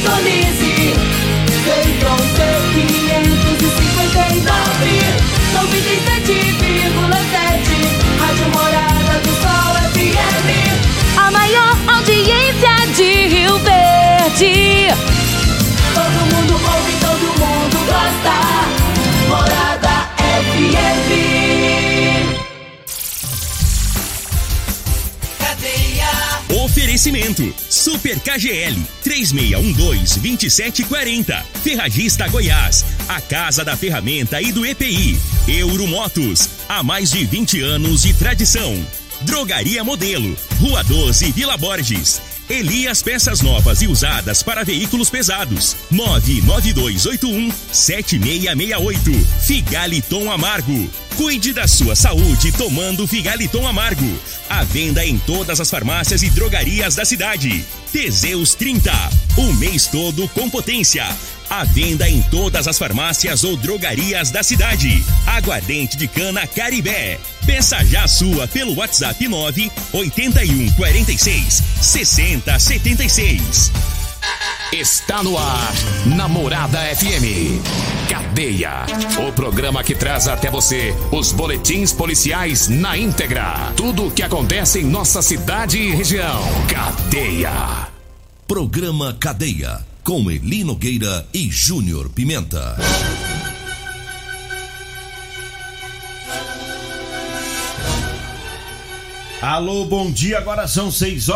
sintonize. Central C 559, 97,7. Rádio Morada do Sol FM. A maior audiência de Rio Verde. Todo mundo ouve, todo mundo gosta. Morada FM. Oferecimento Super KGL 3612-2740. Ferragista Goiás, a casa da ferramenta e do EPI. Euromotos, há mais de 20 anos de tradição. Drogaria Modelo, Rua 12, Vila Borges. Elias Peças Novas e Usadas para Veículos Pesados. 99281-7668. Figaliton Amargo. Cuide da sua saúde tomando Figaliton Amargo. À venda em todas as farmácias e drogarias da cidade. Teseus 30. O mês todo com potência. À venda em todas as farmácias ou drogarias da cidade. Aguardente de cana Caribé. Peça já a sua pelo WhatsApp 98146-6076. Está no ar, Namorada FM. Cadeia, o programa que traz até você os boletins policiais na íntegra. Tudo o que acontece em nossa cidade e região. Cadeia. Programa Cadeia, com Eli Nogueira e Júnior Pimenta. Alô, bom dia, agora são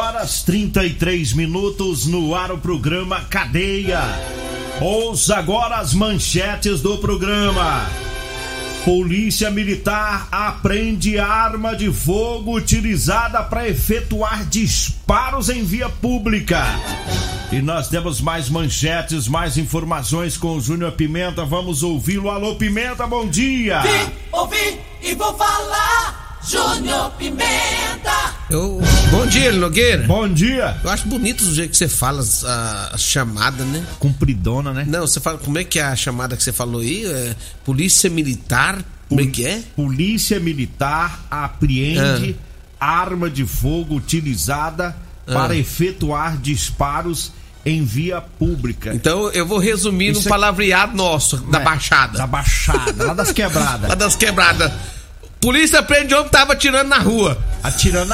6h33, no ar o programa Cadeia. Ouça agora as manchetes do programa. Polícia Militar apreende arma de fogo utilizada para efetuar disparos em via pública. E nós temos mais manchetes, mais informações com o Júnior Pimenta, vamos ouvi-lo. Alô, Pimenta, bom dia. Vim, ouvi e vou falar. Júnior Pimenta. Bom dia, Eli Nogueira. Bom dia. Eu acho bonito o jeito que você fala a chamada, né? Compridona, né? Não, você fala, como é que é a chamada que você falou aí? Polícia Militar, como é que é? Polícia Militar apreende arma de fogo utilizada para efetuar disparos em via pública. Então eu vou resumir no palavreado nosso, da Baixada. Da Baixada, lá das quebradas. Lá das quebradas. Polícia prende homem que tava atirando na rua. Atirando na...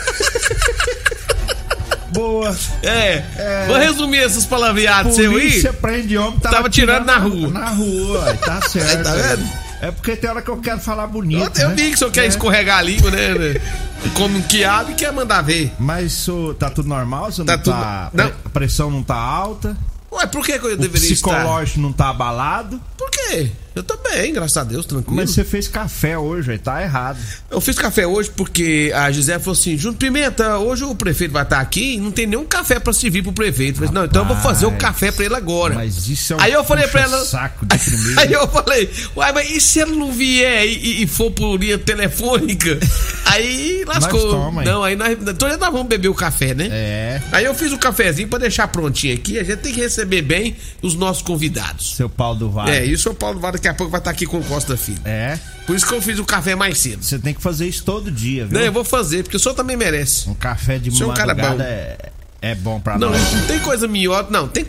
Boa. Vou resumir esses palavreados seu aí. Polícia prende homem que tava atirando na rua. Na rua, tá certo. Tá vendo? É porque tem hora que eu quero falar bonito. Eu vi que o senhor quer escorregar a língua, né? Come um quiabo e quer mandar ver. Mas tá tudo normal? Você não tá... Não. A pressão não tá alta? Ué, por que eu deveria estar? O psicológico não tá abalado? Por quê? Eu tô bem, graças a Deus, tranquilo. Mas você fez café hoje, aí tá errado. Eu fiz café hoje porque a Gisele falou assim: Júnior Pimenta, hoje o prefeito vai estar aqui e não tem nenhum café pra servir pro prefeito. Eu falei, não, então eu vou fazer o café pra ele agora. Mas isso é um aí eu falei pra ela, saco de primeiro. Aí eu falei, uai, mas e se ele não vier e for por linha telefônica? Aí lascou. Toma, não, aí nós vamos beber o café, né? É. Aí eu fiz o cafezinho pra deixar prontinho aqui. A gente tem que receber bem os nossos convidados. Seu Paulo do Vale. E o seu Paulo do Vale daqui a pouco vai estar aqui com o Costa Filho. Por isso que eu fiz o café mais cedo. Você tem que fazer isso todo dia, viu? Não, eu vou fazer, porque o senhor também merece. Um café de madrugada é bom pra nós. Não tem coisa melhor,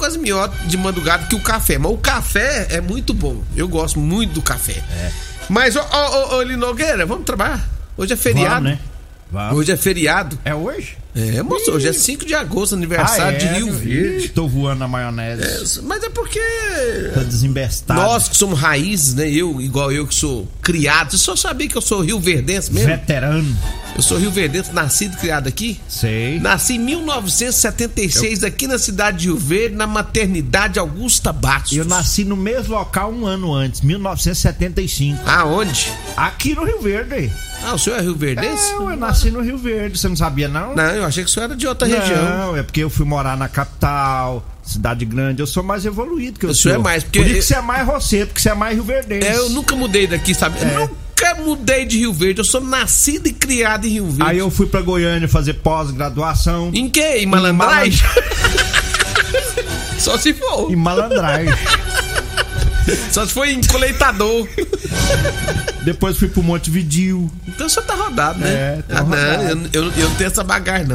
de madrugada que o café. Mas o café é muito bom. Eu gosto muito do café. Mas, ô Eli Nogueira, vamos trabalhar? Hoje é feriado. Vamos, né? Vamos. Hoje é feriado. É hoje? Moço, hoje é 5 de agosto, aniversário de Rio Verde. Tô voando na maionese. Mas é porque... Tô desembestado. Nós que somos raízes, né? Igual eu que sou criado. Você só sabia que eu sou rioverdense mesmo? Veterano. Eu sou rioverdense, nascido e criado aqui. Sei. Nasci em 1976 aqui na cidade de Rio Verde, na maternidade Augusta Bastos. Eu nasci no mesmo local um ano antes, 1975. Aonde? Aqui no Rio Verde. O senhor é rioverdense? Eu nasci no Rio Verde, você não sabia não? Não, eu achei que o senhor era de outra região. Não, é porque eu fui morar na capital, cidade grande, eu sou mais evoluído que o senhor. É mais, porque... Por isso que você é mais roceiro, porque você é mais rioverdense. Eu nunca mudei daqui, sabe? Nunca mudei de Rio Verde, eu sou nascido e criado em Rio Verde. Aí eu fui pra Goiânia fazer pós-graduação. Em quê? Em malandragem? Só se for. Em malandragem. Só se foi em coleitador. Depois fui pro Montevidéu. Então o senhor tá rodado, né? Tô rodado. Não, eu não tenho essa bagagem, não.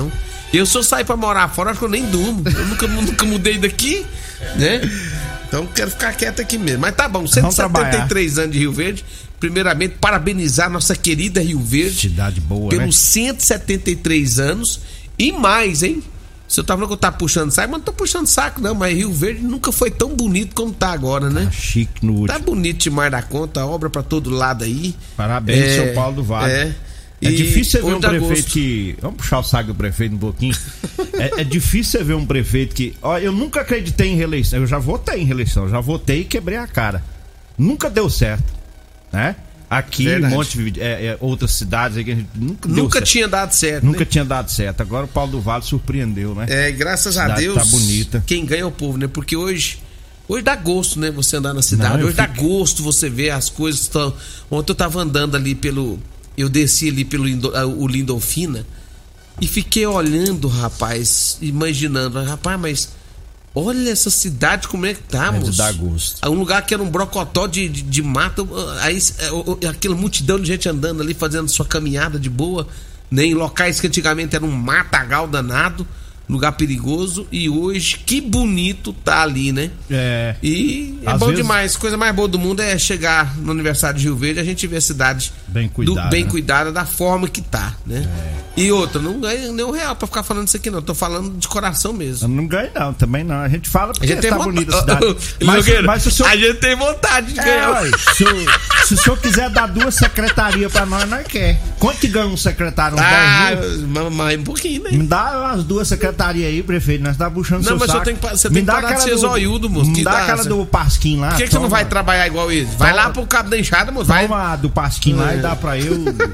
Eu só saio pra morar fora, acho que eu nem durmo. Eu nunca mudei daqui, né? Então quero ficar quieto aqui mesmo. Mas tá bom, 173 anos de Rio Verde. Primeiramente, parabenizar nossa querida Rio Verde. Cidade boa, pelos 173 anos. E mais, hein? Se eu tava falando que eu tava puxando saco, mas não tô puxando saco, não. Mas Rio Verde nunca foi tão bonito como tá agora, né? Tá chique no último. Tá bonito demais da conta, obra pra todo lado aí. Parabéns, São Paulo do Vale. É difícil você ver um prefeito que... Vamos puxar o saco do prefeito um pouquinho. É difícil você ver um prefeito que... Ó, eu nunca acreditei em reeleição. Eu já votei em reeleição. Já votei e quebrei a cara. Nunca deu certo, né? Aqui, verdade. Um monte de outras cidades aí que a gente nunca tinha dado certo. Nunca tinha dado certo. Agora o Paulo do Vale surpreendeu, né? Graças a Deus. Tá bonita. Quem ganha é o povo, né? Porque hoje dá gosto, né? Você andar na cidade. Hoje dá gosto você ver as coisas. Ontem eu tava andando ali eu desci ali pelo o Lindolfina e fiquei olhando, rapaz, imaginando, rapaz, mas olha essa cidade como é que tá, moço. Dá gosto. Um lugar que era um brocotó de mato, aí aquela multidão de gente andando ali, fazendo sua caminhada de boa, né? Em locais que antigamente era um matagal danado, lugar perigoso, e hoje que bonito tá ali, né? E é bom demais. Coisa mais boa do mundo é chegar no aniversário de Rio Verde e a gente ver a cidade bem cuidada da forma que tá, né? E outra, não ganha nem R$1 pra ficar falando isso aqui, não. Tô falando de coração mesmo. Eu não ganho, não, também não. A gente fala porque tá bonita a cidade. Mas o senhor... A gente tem vontade de ganhar. Se o senhor quiser dar 2 secretarias pra nós quer. Quanto que ganha um secretário? Mas um pouquinho, né? Me dá as 2 secretarias aí, prefeito. Nós tá buchando seu saco. Não, mas você tem que parar de ser zoiudo, moço. Me dá aquela do Pasquim lá. Por que você não vai trabalhar igual ele? Vai lá pro cabo da enxada, moço. Toma do Pasquim lá e dá pra eu.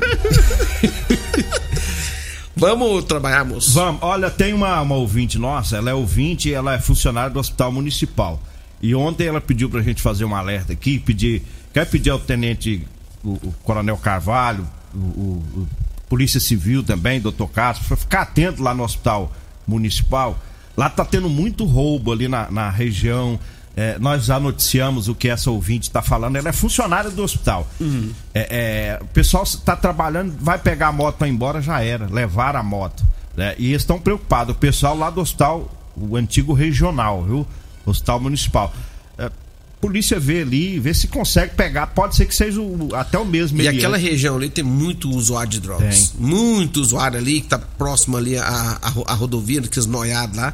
Vamos trabalhar, moço. Vamos. Olha, tem uma ouvinte nossa, ela é ouvinte e ela é funcionária do Hospital Municipal. E ontem ela pediu pra gente fazer um alerta aqui, quer pedir ao tenente, o Coronel Carvalho, o Polícia Civil também, doutor Castro, pra ficar atento lá no Hospital Municipal. Lá tá tendo muito roubo ali na região. Nós já noticiamos o que essa ouvinte está falando. Ela é funcionária do hospital. O pessoal está trabalhando, vai pegar a moto para ir embora, já era, levar a moto, né? E eles estão preocupados. O pessoal lá do hospital, o antigo regional, viu? Hospital Municipal. Polícia vê ali, vê se consegue pegar. Pode ser que seja até o mesmo. E aquela região ali tem muito usuário de drogas. Tem. Muito usuário ali, que tá próximo ali a rodovia, aqueles noiados lá.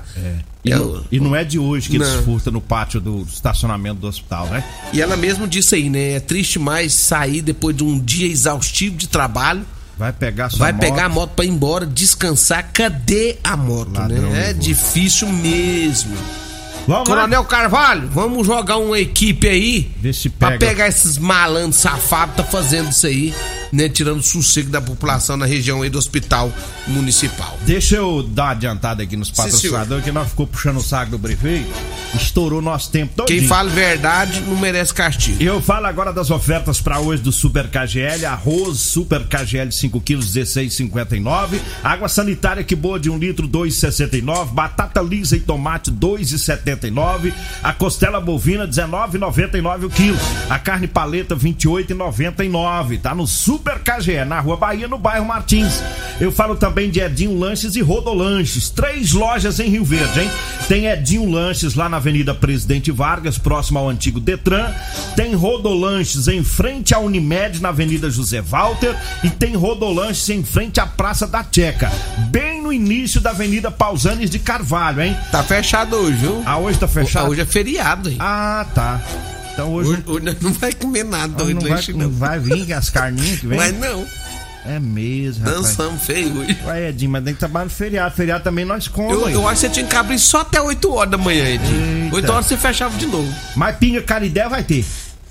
E não é de hoje que eles furtam no pátio do estacionamento do hospital, né? E ela mesmo disse aí, né? É triste mais sair depois de um dia exaustivo de trabalho. Vai pegar a moto pra ir embora, descansar. Cadê a moto, né? É difícil mesmo. Coronel Carvalho, vamos jogar uma equipe aí pra pegar esses malandros safados que tá fazendo isso aí, né? Tirando o sossego da população na região aí do Hospital Municipal. Deixa eu dar uma adiantada aqui nos patrocinadores, que nós ficou puxando o saco do prefeito, estourou nosso tempo todo. Quem fala verdade não merece castigo. Eu falo agora das ofertas pra hoje do Super KGL. Arroz Super KGL 5 quilos, 16,59. Água sanitária que boa de 1 litro, 2,69. Batata lisa e tomate, 2,79. A costela bovina, 19,99 o quilo. A carne paleta, 28,99. Tá no Super KGL, na Rua Bahia, no bairro Martins. Eu falo também de Edinho Lanches e Rodolanches. 3 lojas em Rio Verde, hein? Tem Edinho Lanches lá na Avenida Presidente Vargas, próximo ao antigo Detran. Tem Rodolanches em frente à Unimed, na Avenida José Walter. E tem Rodolanches em frente à Praça da Checa, bem no início da Avenida Pausanes de Carvalho, hein? Tá fechado hoje, viu? Hoje tá fechado? Hoje é feriado, hein? Ah, tá. Então hoje não vai comer nada. Não vai vir as carninhas que vem? Mas não. É mesmo, rapaz. Dançamos feio hoje. Ué, Edinho, mas tem que trabalhar no feriado. Feriado também nós comemos. Eu acho que você tinha que abrir só até 8 horas da manhã, Edinho. 8 horas você fechava de novo. Mas pinga Caribé vai ter.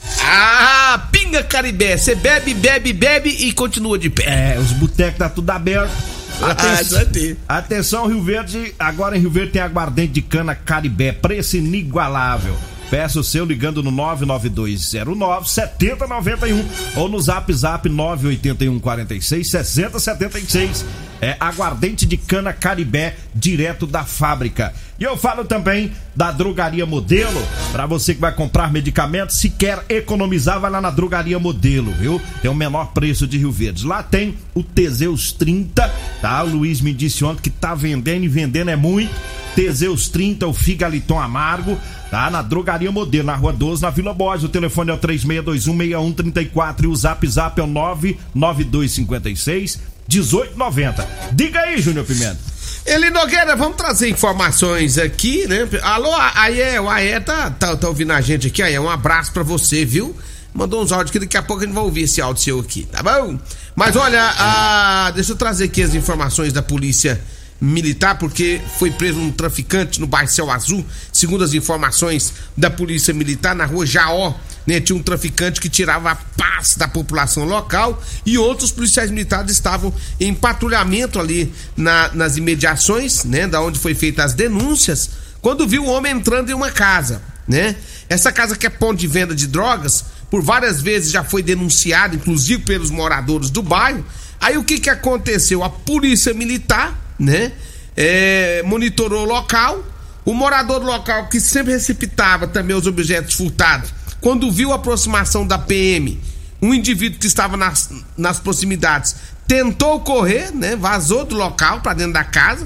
Ah, pinga Caribé. Você bebe e continua de pé. Os botecos tá tudo aberto. Atenção, Rio Verde. Agora em Rio Verde tem aguardente de cana Caribé, preço inigualável. Peça o seu ligando no 99209-7091 ou no zap 98146-6076. aguardente de cana Caribé, direto da fábrica. E eu falo também da Drogaria Modelo, para você que vai comprar medicamentos, se quer economizar, vai lá na Drogaria Modelo, viu? Tem o menor preço de Rio Verde. Lá tem o Teseus 30, tá? O Luiz me disse ontem que tá vendendo e vendendo é muito. Teseus 30, o Figaliton Amargo, tá? Na Drogaria Modelo, na Rua 12, na Vila Borges. O telefone é o 3621-6134 e o zap é o 99256-1890. Diga aí, Júnior Pimenta. Eli Nogueira, vamos trazer informações aqui, né? Alô, o Aé tá ouvindo a gente aqui, Aé, um abraço pra você, viu? Mandou uns áudios que daqui a pouco a gente vai ouvir esse áudio seu aqui, tá bom? Mas olha, deixa eu trazer aqui as informações da Polícia Militar, porque foi preso um traficante no bairro Céu Azul. Segundo as informações da Polícia Militar, na rua Jaó, né, tinha um traficante que tirava a paz da população local e outros policiais militares estavam em patrulhamento ali nas imediações, né, da onde foi feitas as denúncias, quando viu o homem entrando em uma casa, né? Essa casa que é ponto de venda de drogas, por várias vezes já foi denunciada, inclusive pelos moradores do bairro. Aí o que aconteceu? A Polícia Militar, né, monitorou o local. O morador do local, que sempre receptava também os objetos furtados, quando viu a aproximação da PM, um indivíduo que estava nas proximidades tentou correr, né, vazou do local para dentro da casa,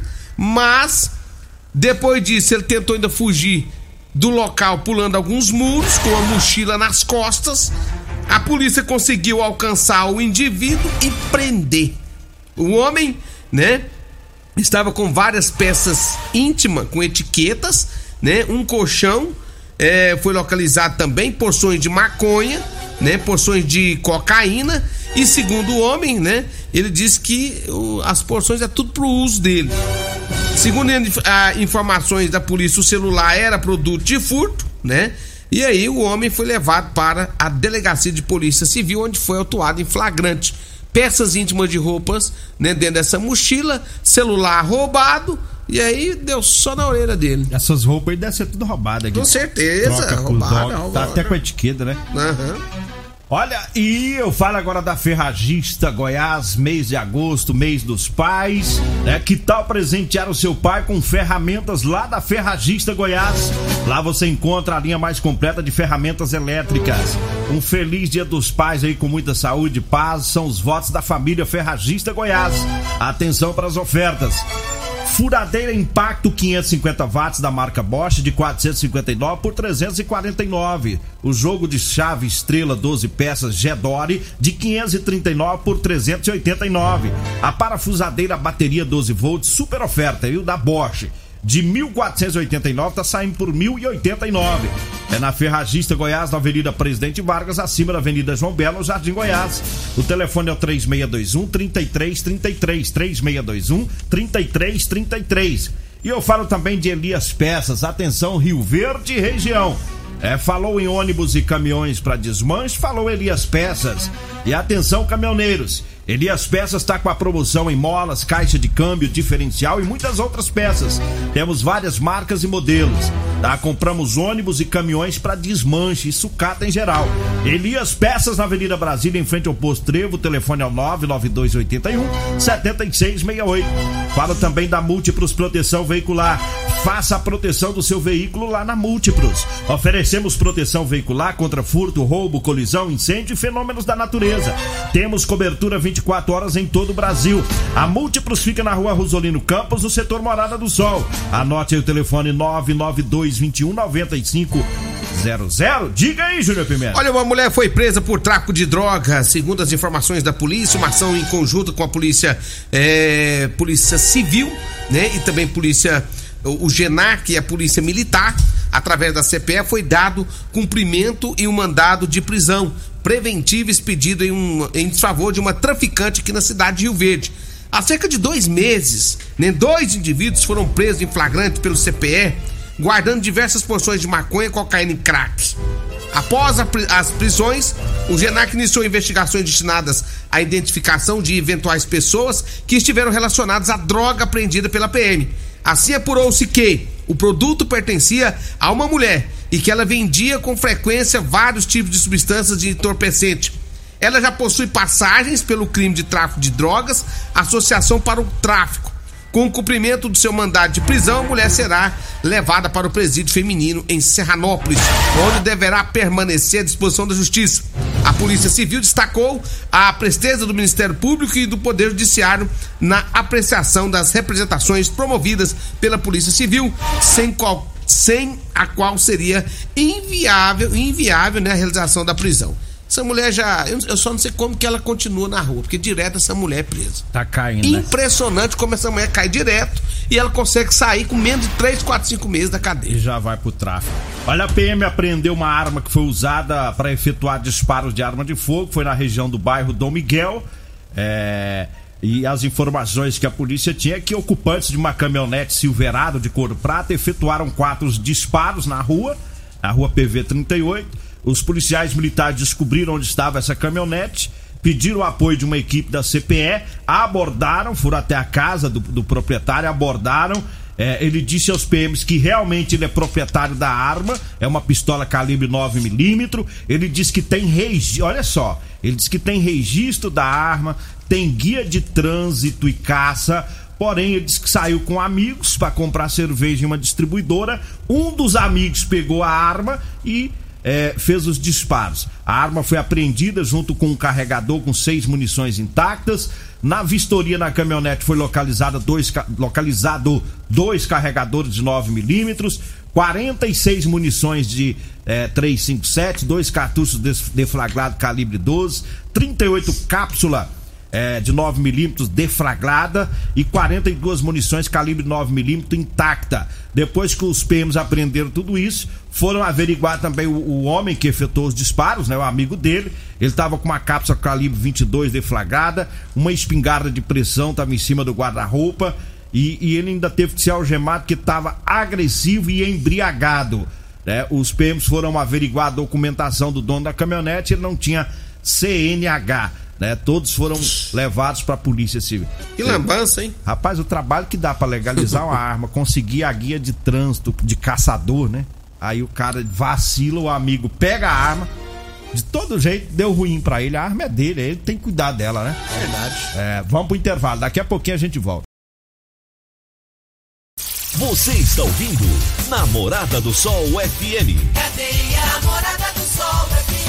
mas depois disso ele tentou ainda fugir do local pulando alguns muros com a mochila nas costas. A polícia conseguiu alcançar o indivíduo e prender. O homem, né, estava com várias peças íntimas, com etiquetas, né? Um colchão, foi localizado também, porções de maconha, né? Porções de cocaína. E segundo o homem, né, ele disse que as porções é tudo pro uso dele. Segundo informações da polícia, o celular era produto de furto, né? E aí o homem foi levado para a delegacia de polícia civil, onde foi autuado em flagrante. Peças íntimas de roupas, né, dentro dessa mochila, celular roubado, e aí deu só na orelha dele. Essas roupas aí devem ser tudo roubadas aqui. Com certeza, roubada. Tá até com a etiqueta, né? Aham. Olha, e eu falo agora da Ferragista Goiás, mês de agosto, mês dos pais, né? Que tal presentear o seu pai com ferramentas lá da Ferragista Goiás? Lá você encontra a linha mais completa de ferramentas elétricas. Um feliz Dia dos Pais aí com muita saúde e paz, são os votos da família Ferragista Goiás. Atenção para as ofertas. Furadeira Impacto 550 watts da marca Bosch de 459 por 349. O jogo de chave Estrela 12 peças Gedore de 539 por 389. A parafusadeira bateria 12 volts super oferta, viu, da Bosch, de 1.489 tá saindo por 1.089. É na Ferragista Goiás, na Avenida Presidente Vargas, acima da Avenida João Belo, Jardim Goiás. O telefone é o 3621-3333, 3621-3333. E eu falo também de Elias Peças, atenção, Rio Verde e região. Falou em ônibus e caminhões para desmanche, falou Elias Peças. E atenção, caminhoneiros, Elias Peças está com a promoção em molas, caixa de câmbio, diferencial e muitas outras peças. Temos várias marcas e modelos, tá? Compramos ônibus e caminhões para desmanche e sucata em geral. Elias Peças na Avenida Brasília, em frente ao Posto Trevo. O telefone é o 99281-7668. Falo também da Múltiplos Proteção Veicular. Faça a proteção do seu veículo lá na Múltiplos. Oferecemos proteção veicular contra furto, roubo, colisão, incêndio e fenômenos da natureza. Temos cobertura 24 horas em todo o Brasil. A Múltiplos fica na Rua Rosolino Campos, no setor Morada do Sol. Anote aí o telefone 99221-9500. Diga aí, Júnior Pimenta. Olha, uma mulher foi presa por tráfico de drogas. Segundo as informações da polícia, uma ação em conjunto com a polícia civil, né, e também o GENAC e a polícia militar, através da CPE, foi dado cumprimento e um mandado de prisão preventivo expedido em desfavor de uma traficante aqui na cidade de Rio Verde. Há cerca de 2 meses, né, 2 indivíduos foram presos em flagrante pelo CPE, guardando diversas porções de maconha, cocaína e crack. Após as prisões, o GENAC iniciou investigações destinadas à identificação de eventuais pessoas que estiveram relacionadas à droga apreendida pela PM. Assim apurou-se que o produto pertencia a uma mulher e que ela vendia com frequência vários tipos de substâncias de entorpecente. Ela já possui passagens pelo crime de tráfico de drogas, associação para o tráfico. Com o cumprimento do seu mandado de prisão, a mulher será levada para o presídio feminino em Serranópolis, onde deverá permanecer à disposição da Justiça. A Polícia Civil destacou a presteza do Ministério Público e do Poder Judiciário na apreciação das representações promovidas pela Polícia Civil, sem a qual seria inviável, né, a realização da prisão. Essa mulher eu só não sei como que ela continua na rua, porque direto essa mulher é presa. Tá caindo, Impressionante como essa mulher cai direto e ela consegue sair com menos de 3, 4, 5 meses da cadeia. E já vai pro tráfico. Olha, a PM apreendeu uma arma que foi usada para efetuar disparos de arma de fogo, foi na região do bairro Dom Miguel. E as informações que a polícia tinha é que ocupantes de uma caminhonete Silverado de cor prata efetuaram 4 disparos na rua PV 38. Os policiais militares descobriram onde estava essa caminhonete, pediram o apoio de uma equipe da CPE, foram até a casa do proprietário, abordaram. Ele disse aos PMs que realmente ele é proprietário da arma, é uma pistola calibre 9mm. Ele disse que tem registro da arma, tem guia de trânsito e caça. Porém, ele disse que saiu com amigos para comprar cerveja em uma distribuidora. Um dos amigos pegou a arma e fez os disparos. A arma foi apreendida junto com um carregador com 6 munições intactas. Na vistoria na caminhonete foi localizado 2 carregadores de 9mm, 46 munições de 357, 2 cartuchos deflagrados calibre 12, 38 cápsulas de 9mm deflagrada e 42 munições calibre 9mm intacta. Depois que os PMs apreenderam tudo isso, foram averiguar também o homem que efetuou os disparos, né, o amigo dele. Ele estava com uma cápsula calibre 22 deflagrada, uma espingarda de pressão estava em cima do guarda-roupa e ele ainda teve que ser algemado porque estava agressivo e embriagado, né? Os PMs foram averiguar a documentação do dono da caminhonete, ele não tinha CNH. Né, todos foram levados pra Polícia Civil. Que lambança, hein? Rapaz, o trabalho que dá pra legalizar uma arma, conseguir a guia de trânsito de caçador, né? Aí o cara vacila, o amigo pega a arma, de todo jeito deu ruim pra ele, a arma é dele, ele tem que cuidar dela, né? Verdade. Vamos pro intervalo, daqui a pouquinho a gente volta. Você está ouvindo Namorada do Sol FM. Cadeia Namorada do Sol FM.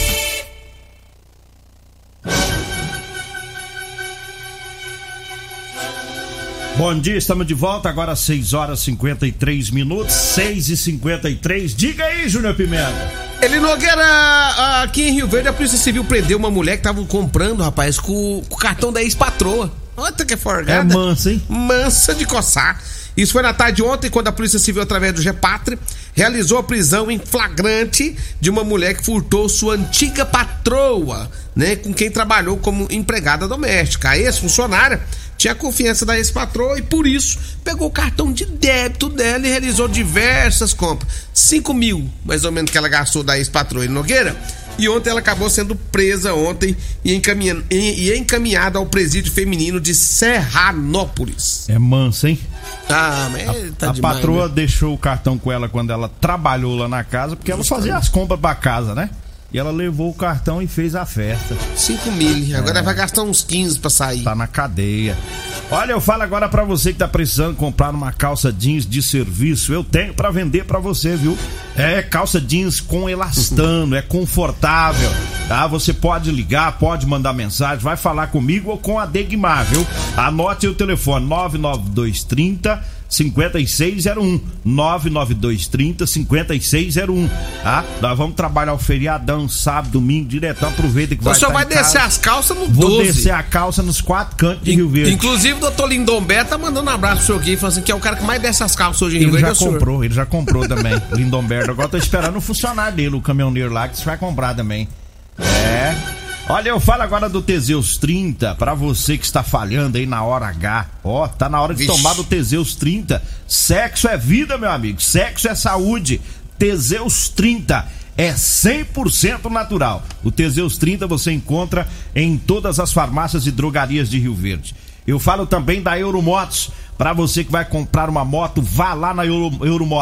Bom dia, estamos de volta, agora 6h53, 6h53. Diga aí, Júnior Pimenta. Eli Nogueira, aqui em Rio Verde, a Polícia Civil prendeu uma mulher que tava comprando, rapaz, com o cartão da ex-patroa. Olha que forgada. É mansa, hein? Mansa de coçar. Isso foi na tarde de ontem, quando a Polícia Civil, através do GEPATRE, realizou a prisão em flagrante de uma mulher que furtou sua antiga patroa, né, com quem trabalhou como empregada doméstica. A ex-funcionária tinha confiança da ex-patroa e, por isso, pegou o cartão de débito dela e realizou diversas compras. 5 mil, mais ou menos, que ela gastou da ex-patroa Eli Nogueira. E ontem ela acabou sendo presa e encaminhada ao presídio feminino de Serranópolis. É mansa, hein? Mas tá a demais, patroa, né? deixou o cartão com ela quando ela trabalhou lá na casa, porque ela fazia as compras pra casa, né? E ela levou o cartão e fez a festa. 5 mil, agora vai gastar uns 15 pra sair. Tá na cadeia. Olha, eu falo agora pra você que tá precisando comprar uma calça jeans de serviço. Eu tenho pra vender pra você, viu? É calça jeans com elastano, é confortável, tá? Você pode ligar, pode mandar mensagem, vai falar comigo ou com a Degmar, viu? Anote o telefone 99230 5601 99230 5601, tá? Nós vamos trabalhar o feriadão, sábado, domingo, diretão, aproveita que então vai só vai descer as calças no 12. Vou descer a calça nos 4 cantos de Rio Verde. Inclusive o doutor Lindomberto tá mandando um abraço pro senhor aqui, falando assim que é o cara que mais desce as calças hoje em Rio Verde. Ele já comprou também, Lindomberto. Agora tô esperando o funcionário dele, o caminhoneiro lá, que você vai comprar também. Olha, eu falo agora do Teseus 30, pra você que está falhando aí na hora H. Tá na hora de tomar do Teseus 30. Sexo é vida, meu amigo. Sexo é saúde. Teseus 30 é 100% natural. O Teseus 30 você encontra em todas as farmácias e drogarias de Rio Verde. Eu falo também da Euromotos. Pra você que vai comprar uma moto, vá lá na Euromotos.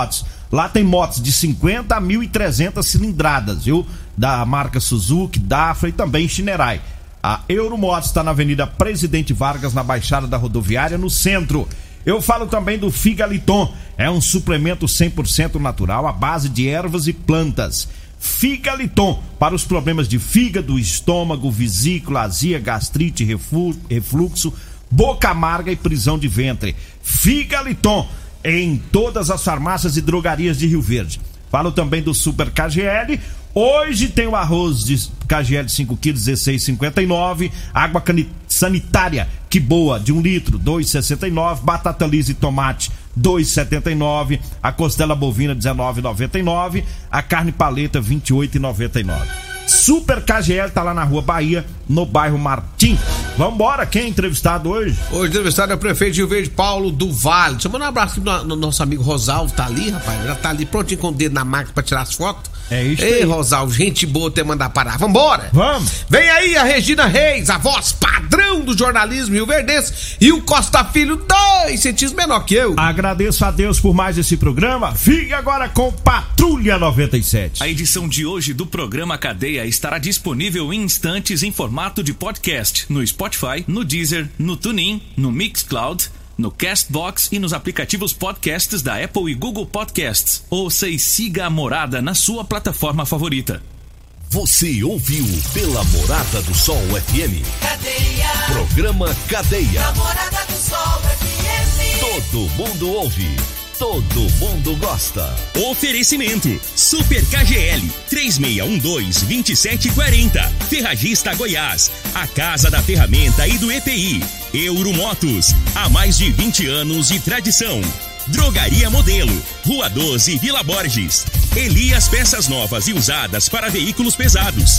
Lá tem motos de 50 a 1.300 cilindradas, viu? Da marca Suzuki, Dafra e também Shinerai. A Euromotos está na Avenida Presidente Vargas, na Baixada da Rodoviária, no centro. Eu falo também do Figaliton. É um suplemento 100% natural à base de ervas e plantas. Figaliton, para os problemas de fígado, estômago, vesícula, azia, gastrite, refluxo, boca amarga e prisão de ventre. Figaliton, em todas as farmácias e drogarias de Rio Verde. Falo também do Super KGL. Hoje tem o arroz de KGL 5 kg, 16,59. Água sanitária, que boa, de 1 litro, 2,69. Batata lisa e tomate, 2,79. A costela bovina, 19,99. A carne paleta, 28,99. Super KGL tá lá na Rua Bahia, no bairro Martim. Vambora, quem é entrevistado hoje? Hoje entrevistado é o prefeito de Rio Verde, Paulo do Vale. Deixa eu mandar um abraço aqui no nosso amigo Rosalvo, tá ali, rapaz, já tá ali prontinho com o dedo na máquina pra tirar as fotos. É isso. Ei, Rosalvo, gente boa ter mandar parar. Vambora! Vamos! Vem aí a Regina Reis, a voz padrão do jornalismo rioverdense, e o Costa Filho, 2 centímetros menor que eu. Agradeço a Deus por mais esse programa. Fique agora com Patrulha 97. A edição de hoje do programa Cadeia estará disponível em instantes em formato de podcast no Spotify, no Deezer, no TuneIn, no Mixcloud, no Castbox e nos aplicativos podcasts da Apple e Google Podcasts. Ouça e siga a Morada na sua plataforma favorita. Você ouviu pela Morada do Sol FM. Cadeia. Programa Cadeia. Morada do Sol FM. Todo mundo ouve. Todo mundo gosta. Oferecimento Super KGL 3612-2740. Ferragista Goiás, a casa da ferramenta e do EPI. Euromotos, há mais de 20 anos de tradição. Drogaria Modelo, Rua 12, Vila Borges. Elias Peças Novas e Usadas para Veículos Pesados.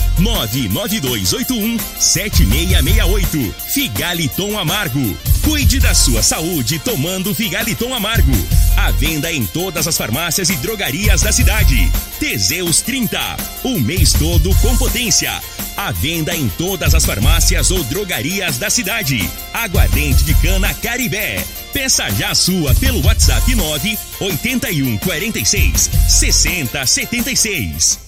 99281-7668. Figaliton Amargo. Cuide da sua saúde tomando Figaliton Amargo. À venda em todas as farmácias e drogarias da cidade. Teseus 30, o mês todo com potência. À venda em todas as farmácias ou drogarias da cidade. Aguardente de cana Caribé. Peça já a sua pelo WhatsApp 98146 6076.